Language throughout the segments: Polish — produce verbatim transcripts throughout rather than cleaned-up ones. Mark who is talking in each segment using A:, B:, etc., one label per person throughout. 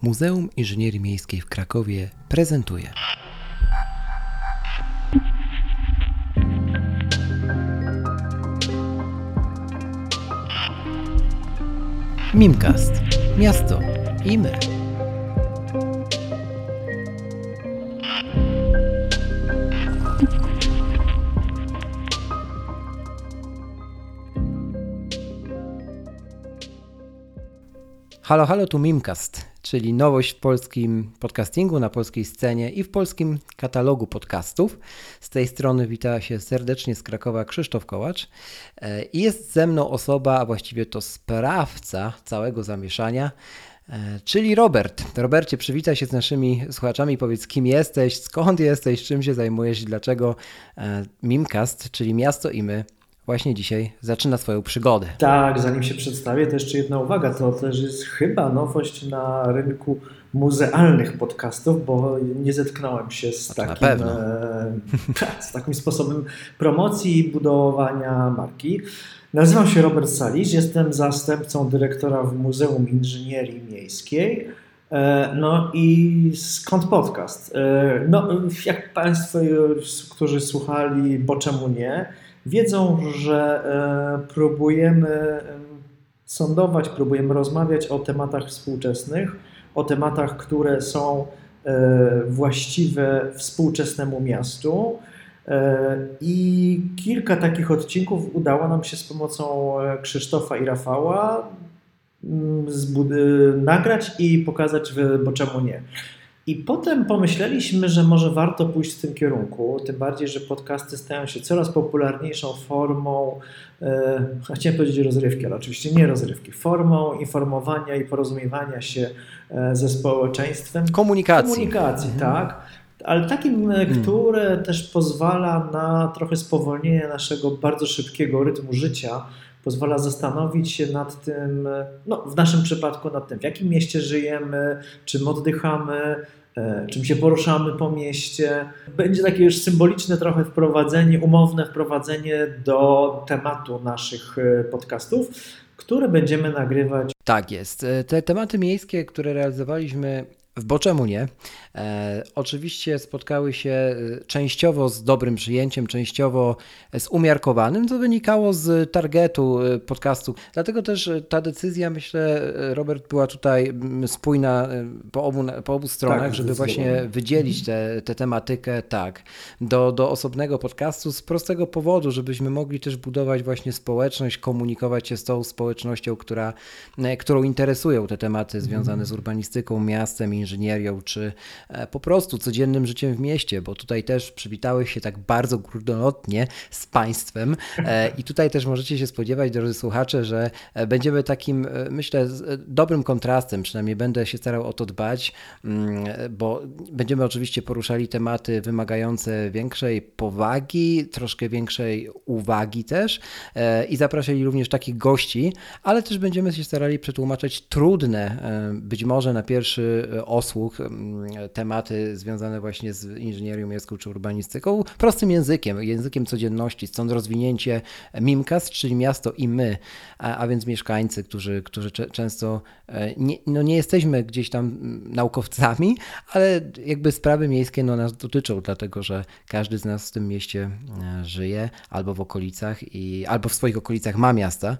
A: Muzeum Inżynierii Miejskiej w Krakowie prezentuje Mimcast. Miasto i my. Halo, halo, tu Mimcast, czyli nowość w polskim podcastingu, na polskiej scenie i w polskim katalogu podcastów. Z tej strony wita się serdecznie z Krakowa Krzysztof Kołacz i jest ze mną osoba, a właściwie to sprawca całego zamieszania, czyli Robert. Robercie, przywitaj się z naszymi słuchaczami, powiedz, kim jesteś, skąd jesteś, czym się zajmujesz i dlaczego Mimcast, czyli Miasto i my, właśnie dzisiaj zaczyna swoją przygodę.
B: Tak, zanim się przedstawię, to jeszcze jedna uwaga, to też jest chyba nowość na rynku muzealnych podcastów, bo nie zetknąłem się z takim, e, z takim sposobem promocji i budowania marki. Nazywam się Robert Salisz, jestem zastępcą dyrektora w Muzeum Inżynierii Miejskiej. No i skąd podcast? No, jak Państwo, którzy słuchali, bo czemu nie, wiedzą, że e, próbujemy sądować, próbujemy rozmawiać o tematach współczesnych, o tematach, które są e, właściwe współczesnemu miastu. E, I kilka takich odcinków udało nam się z pomocą Krzysztofa i Rafała zbud- nagrać i pokazać, w, bo czemu nie. I potem pomyśleliśmy, że może warto pójść w tym kierunku, tym bardziej, że podcasty stają się coraz popularniejszą formą, e, chciałem powiedzieć rozrywki, ale oczywiście nie rozrywki, formą informowania i porozumiewania się e, ze społeczeństwem.
A: Komunikacji.
B: Komunikacji,
A: mhm.
B: tak. Ale takim, hmm. które też pozwala na trochę spowolnienie naszego bardzo szybkiego rytmu życia, pozwala zastanowić się nad tym, no w naszym przypadku nad tym, w jakim mieście żyjemy, czym oddychamy, czym się poruszamy po mieście. Będzie takie już symboliczne trochę wprowadzenie, umowne wprowadzenie do tematu naszych podcastów, które będziemy nagrywać.
A: Tak jest. Te tematy miejskie, które realizowaliśmy w Bo czemu nie? E, oczywiście spotkały się częściowo z dobrym przyjęciem, częściowo z umiarkowanym, co wynikało z targetu podcastu. Dlatego też ta decyzja, myślę, Robert, była tutaj spójna po obu, po obu stronach, tak, żeby właśnie wydzielić tę tematykę tak, do, do osobnego podcastu z prostego powodu, żebyśmy mogli też budować właśnie społeczność, komunikować się z tą społecznością, która, którą interesują te tematy związane z urbanistyką, miastem, inżynierią, czy po prostu codziennym życiem w mieście, bo tutaj też przywitałeś się tak bardzo górnolotnie z Państwem i tutaj też możecie się spodziewać, drodzy słuchacze, że będziemy takim, myślę, dobrym kontrastem, przynajmniej będę się starał o to dbać, bo będziemy oczywiście poruszali tematy wymagające większej powagi, troszkę większej uwagi też i zapraszali również takich gości, ale też będziemy się starali przetłumaczyć trudne, być może na pierwszy osłuch, tematy związane właśnie z inżynierią miejską czy urbanistyką prostym językiem, językiem codzienności, stąd rozwinięcie Mimcast, czyli miasto i my, a, a więc mieszkańcy, którzy, którzy cze- często nie, no nie jesteśmy gdzieś tam naukowcami, ale jakby sprawy miejskie no, nas dotyczą, dlatego że każdy z nas w tym mieście żyje albo w okolicach, i, albo w swoich okolicach ma miasta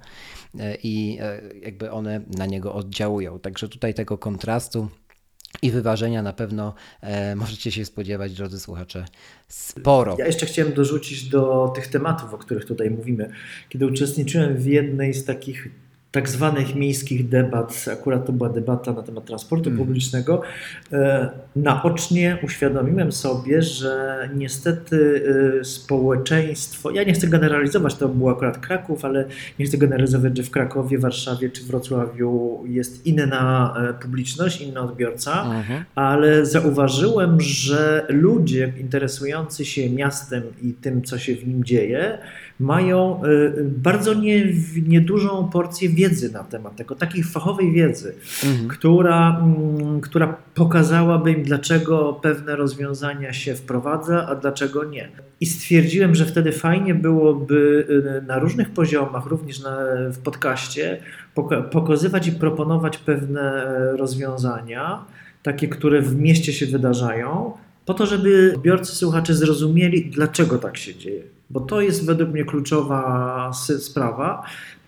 A: i jakby one na niego oddziałują. Także tutaj tego kontrastu i wyważenia na pewno e, możecie się spodziewać, drodzy słuchacze, sporo.
B: Ja jeszcze chciałem dorzucić do tych tematów, o których tutaj mówimy. Kiedy uczestniczyłem w jednej z takich tak zwanych miejskich debat, akurat to była debata na temat transportu mm. publicznego, e, naocznie uświadomiłem sobie, że niestety e, społeczeństwo, ja nie chcę generalizować, to był akurat Kraków, ale nie chcę generalizować, że w Krakowie, Warszawie czy Wrocławiu jest inna e, publiczność, inny odbiorca, mm-hmm. ale zauważyłem, że ludzie interesujący się miastem i tym, co się w nim dzieje, mają e, bardzo nie, niedużą porcję wiedzy wiedzy na temat tego, takiej fachowej wiedzy, mhm. która, która pokazałaby im, dlaczego pewne rozwiązania się wprowadza, a dlaczego nie. I stwierdziłem, że wtedy fajnie byłoby na różnych poziomach, również na, w podcaście, poka- pokazywać i proponować pewne rozwiązania, takie, które w mieście się wydarzają, po to, żeby odbiorcy, słuchacze zrozumieli, dlaczego tak się dzieje. Bo to jest według mnie kluczowa sprawa.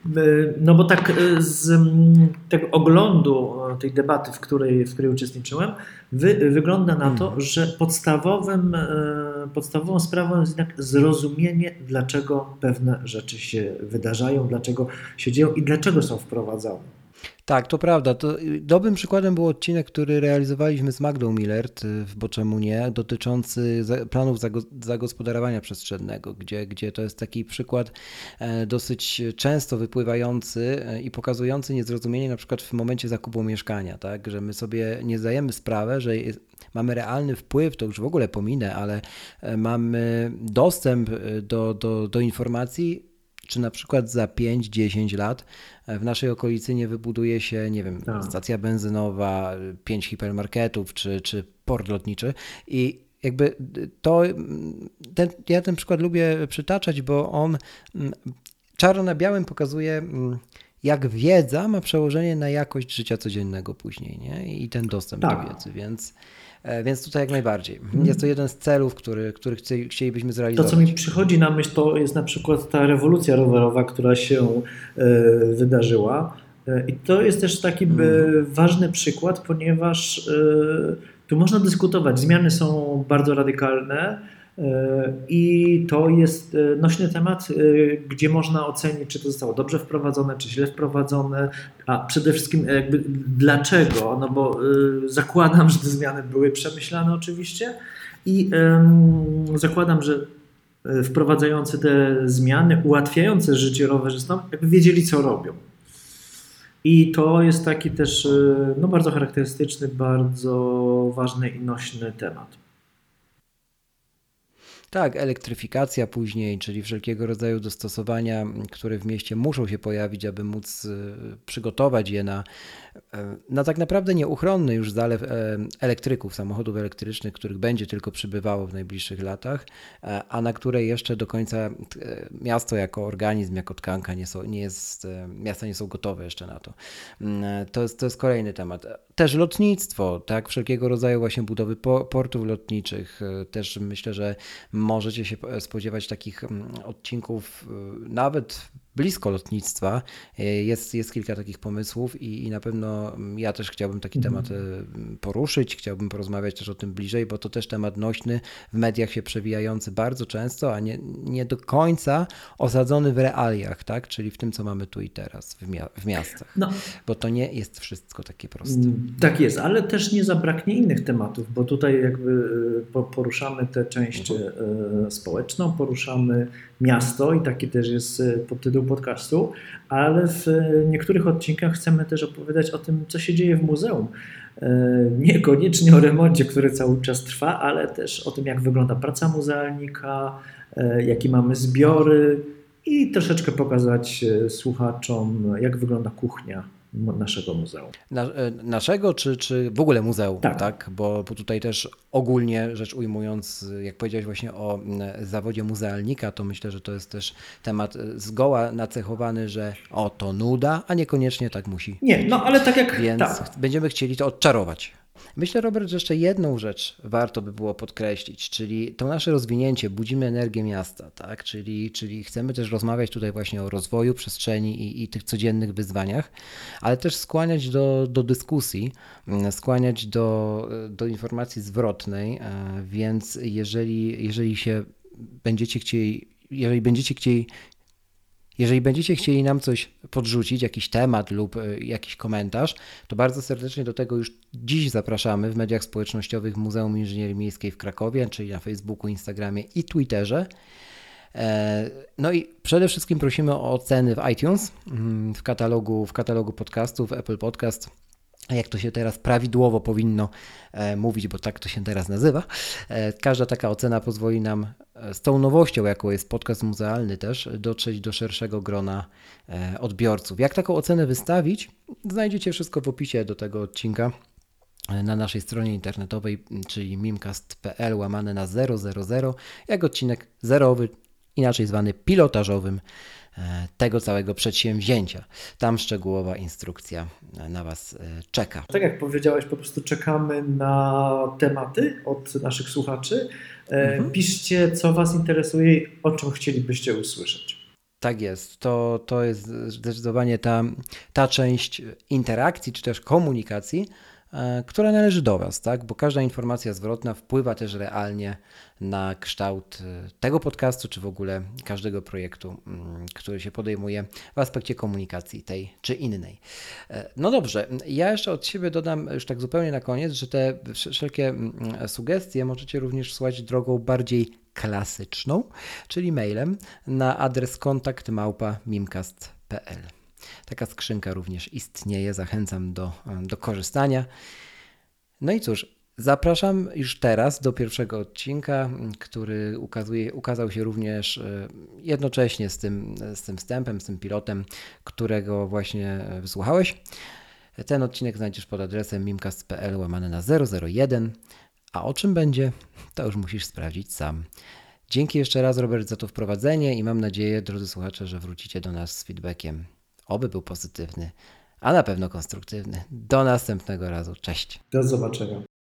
B: No bo tak z tego oglądu tej debaty, w której, w której uczestniczyłem, wy, wygląda na to, że podstawowym, podstawową sprawą jest jednak zrozumienie, dlaczego pewne rzeczy się wydarzają, dlaczego się dzieją i dlaczego są wprowadzane.
A: Tak, to prawda. To dobrym przykładem był odcinek, który realizowaliśmy z Magdą Millert w Bo Czemu Nie, dotyczący planów zagospodarowania przestrzennego, gdzie, gdzie to jest taki przykład dosyć często wypływający i pokazujący niezrozumienie na przykład w momencie zakupu mieszkania, tak? Że my sobie nie zdajemy sprawę, że jest, mamy realny wpływ, to już w ogóle pominę, ale mamy dostęp do, do, do informacji, czy na przykład za pięć dziesięć lat w naszej okolicy nie wybuduje się, nie wiem, tak. stacja benzynowa, pięć hipermarketów czy, czy port lotniczy i jakby to, ten, ja ten przykład lubię przytaczać, bo on czarno na białym pokazuje, jak wiedza ma przełożenie na jakość życia codziennego później, nie? I ten dostęp tak. do wiedzy, więc Więc tutaj jak najbardziej. Jest to jeden z celów, który, który chcielibyśmy zrealizować.
B: To, co mi przychodzi na myśl, to jest na przykład ta rewolucja rowerowa, która się y, wydarzyła. Y, I to jest też taki hmm. ważny przykład, ponieważ y, tu można dyskutować. Zmiany są bardzo radykalne y, i to jest nośny temat, y, gdzie można ocenić, czy to zostało dobrze wprowadzone, czy źle wprowadzone, a przede wszystkim jakby dlaczego, no bo y, zakładam, że te zmiany były przemyślane oczywiście i y, zakładam, że wprowadzający te zmiany, ułatwiające życie rowerzystom, jakby wiedzieli, co robią. I to jest taki też y, no, bardzo charakterystyczny, bardzo ważny i nośny temat.
A: Tak, elektryfikacja później, czyli wszelkiego rodzaju dostosowania, które w mieście muszą się pojawić, aby móc przygotować je na, na tak naprawdę nieuchronny już zalew elektryków, samochodów elektrycznych, których będzie tylko przybywało w najbliższych latach, a na które jeszcze do końca miasto jako organizm, jako tkanka nie są, nie jest, miasta nie są gotowe jeszcze na to. To jest, to jest kolejny temat. Też lotnictwo, tak, wszelkiego rodzaju właśnie budowy portów lotniczych. Też myślę, że możecie się spodziewać takich odcinków nawet blisko lotnictwa. Jest, jest kilka takich pomysłów i, i na pewno ja też chciałbym taki mm. temat poruszyć, chciałbym porozmawiać też o tym bliżej, bo to też temat nośny, w mediach się przewijający bardzo często, a nie, nie do końca osadzony w realiach, tak? Czyli w tym, co mamy tu i teraz, w, mia- w miastach. No. Bo to nie jest wszystko takie proste.
B: Tak jest, ale też nie zabraknie innych tematów, bo tutaj jakby poruszamy tę część mhm. społeczną, poruszamy miasto i taki też jest podtytuł podcastu, ale w niektórych odcinkach chcemy też opowiadać o tym, co się dzieje w muzeum. Niekoniecznie o remoncie, który cały czas trwa, ale też o tym, jak wygląda praca muzealnika, jakie mamy zbiory i troszeczkę pokazać słuchaczom, jak wygląda kuchnia naszego muzeum.
A: Na, naszego czy, czy w ogóle muzeum, tak? tak? Bo, bo tutaj też ogólnie rzecz ujmując, jak powiedziałeś właśnie o zawodzie muzealnika, to myślę, że to jest też temat zgoła nacechowany, że o, to nuda, a niekoniecznie tak musi.
B: Nie, no ale tak jak...
A: Więc
B: tak.
A: będziemy chcieli to odczarować. Myślę, Robert, że jeszcze jedną rzecz warto by było podkreślić, czyli to nasze rozwinięcie, budzimy energię miasta, tak? Czyli, czyli chcemy też rozmawiać tutaj właśnie o rozwoju przestrzeni i, i tych codziennych wyzwaniach, ale też skłaniać do, do dyskusji, skłaniać do, do informacji zwrotnej, więc jeżeli, jeżeli się będziecie chcieli, jeżeli będziecie chcieli Jeżeli będziecie chcieli nam coś podrzucić, jakiś temat lub jakiś komentarz, to bardzo serdecznie do tego już dziś zapraszamy w mediach społecznościowych Muzeum Inżynierii Miejskiej w Krakowie, czyli na Facebooku, Instagramie i Twitterze. No i przede wszystkim prosimy o oceny w iTunes, w katalogu, w katalogu podcastów, Apple Podcast. jak to się teraz prawidłowo powinno e, mówić, bo tak to się teraz nazywa. E, każda taka ocena pozwoli nam e, z tą nowością, jaką jest podcast muzealny też, dotrzeć do szerszego grona e, odbiorców. Jak taką ocenę wystawić? Znajdziecie wszystko w opisie do tego odcinka e, na naszej stronie internetowej, czyli mimcast.pl łamane na zero zero zero, jak odcinek zerowy, inaczej zwany pilotażowym tego całego przedsięwzięcia. Tam szczegółowa instrukcja na Was czeka.
B: Tak jak powiedziałeś, po prostu czekamy na tematy od naszych słuchaczy. Mhm. Piszcie, co Was interesuje i o czym chcielibyście usłyszeć.
A: Tak jest. To, to jest zdecydowanie ta, ta część interakcji, czy też komunikacji, która należy do Was, tak? Bo każda informacja zwrotna wpływa też realnie na kształt tego podcastu, czy w ogóle każdego projektu, który się podejmuje w aspekcie komunikacji tej czy innej. No dobrze, ja jeszcze od siebie dodam już tak zupełnie na koniec, że te wszelkie sugestie możecie również słuchać drogą bardziej klasyczną, czyli mailem na adres kontakt małpa mimcast kropka p l. Taka skrzynka również istnieje, zachęcam do, do korzystania. No i cóż, zapraszam już teraz do pierwszego odcinka, który ukazuje, ukazał się również jednocześnie z tym, z tym wstępem, z tym pilotem, którego właśnie wysłuchałeś. Ten odcinek znajdziesz pod adresem mimcast kropka p l łamane na zero zero jeden, a o czym będzie, to już musisz sprawdzić sam. Dzięki jeszcze raz, Robert, za to wprowadzenie i mam nadzieję, drodzy słuchacze, że wrócicie do nas z feedbackiem. Oby był pozytywny, a na pewno konstruktywny. Do następnego razu. Cześć.
B: Do zobaczenia.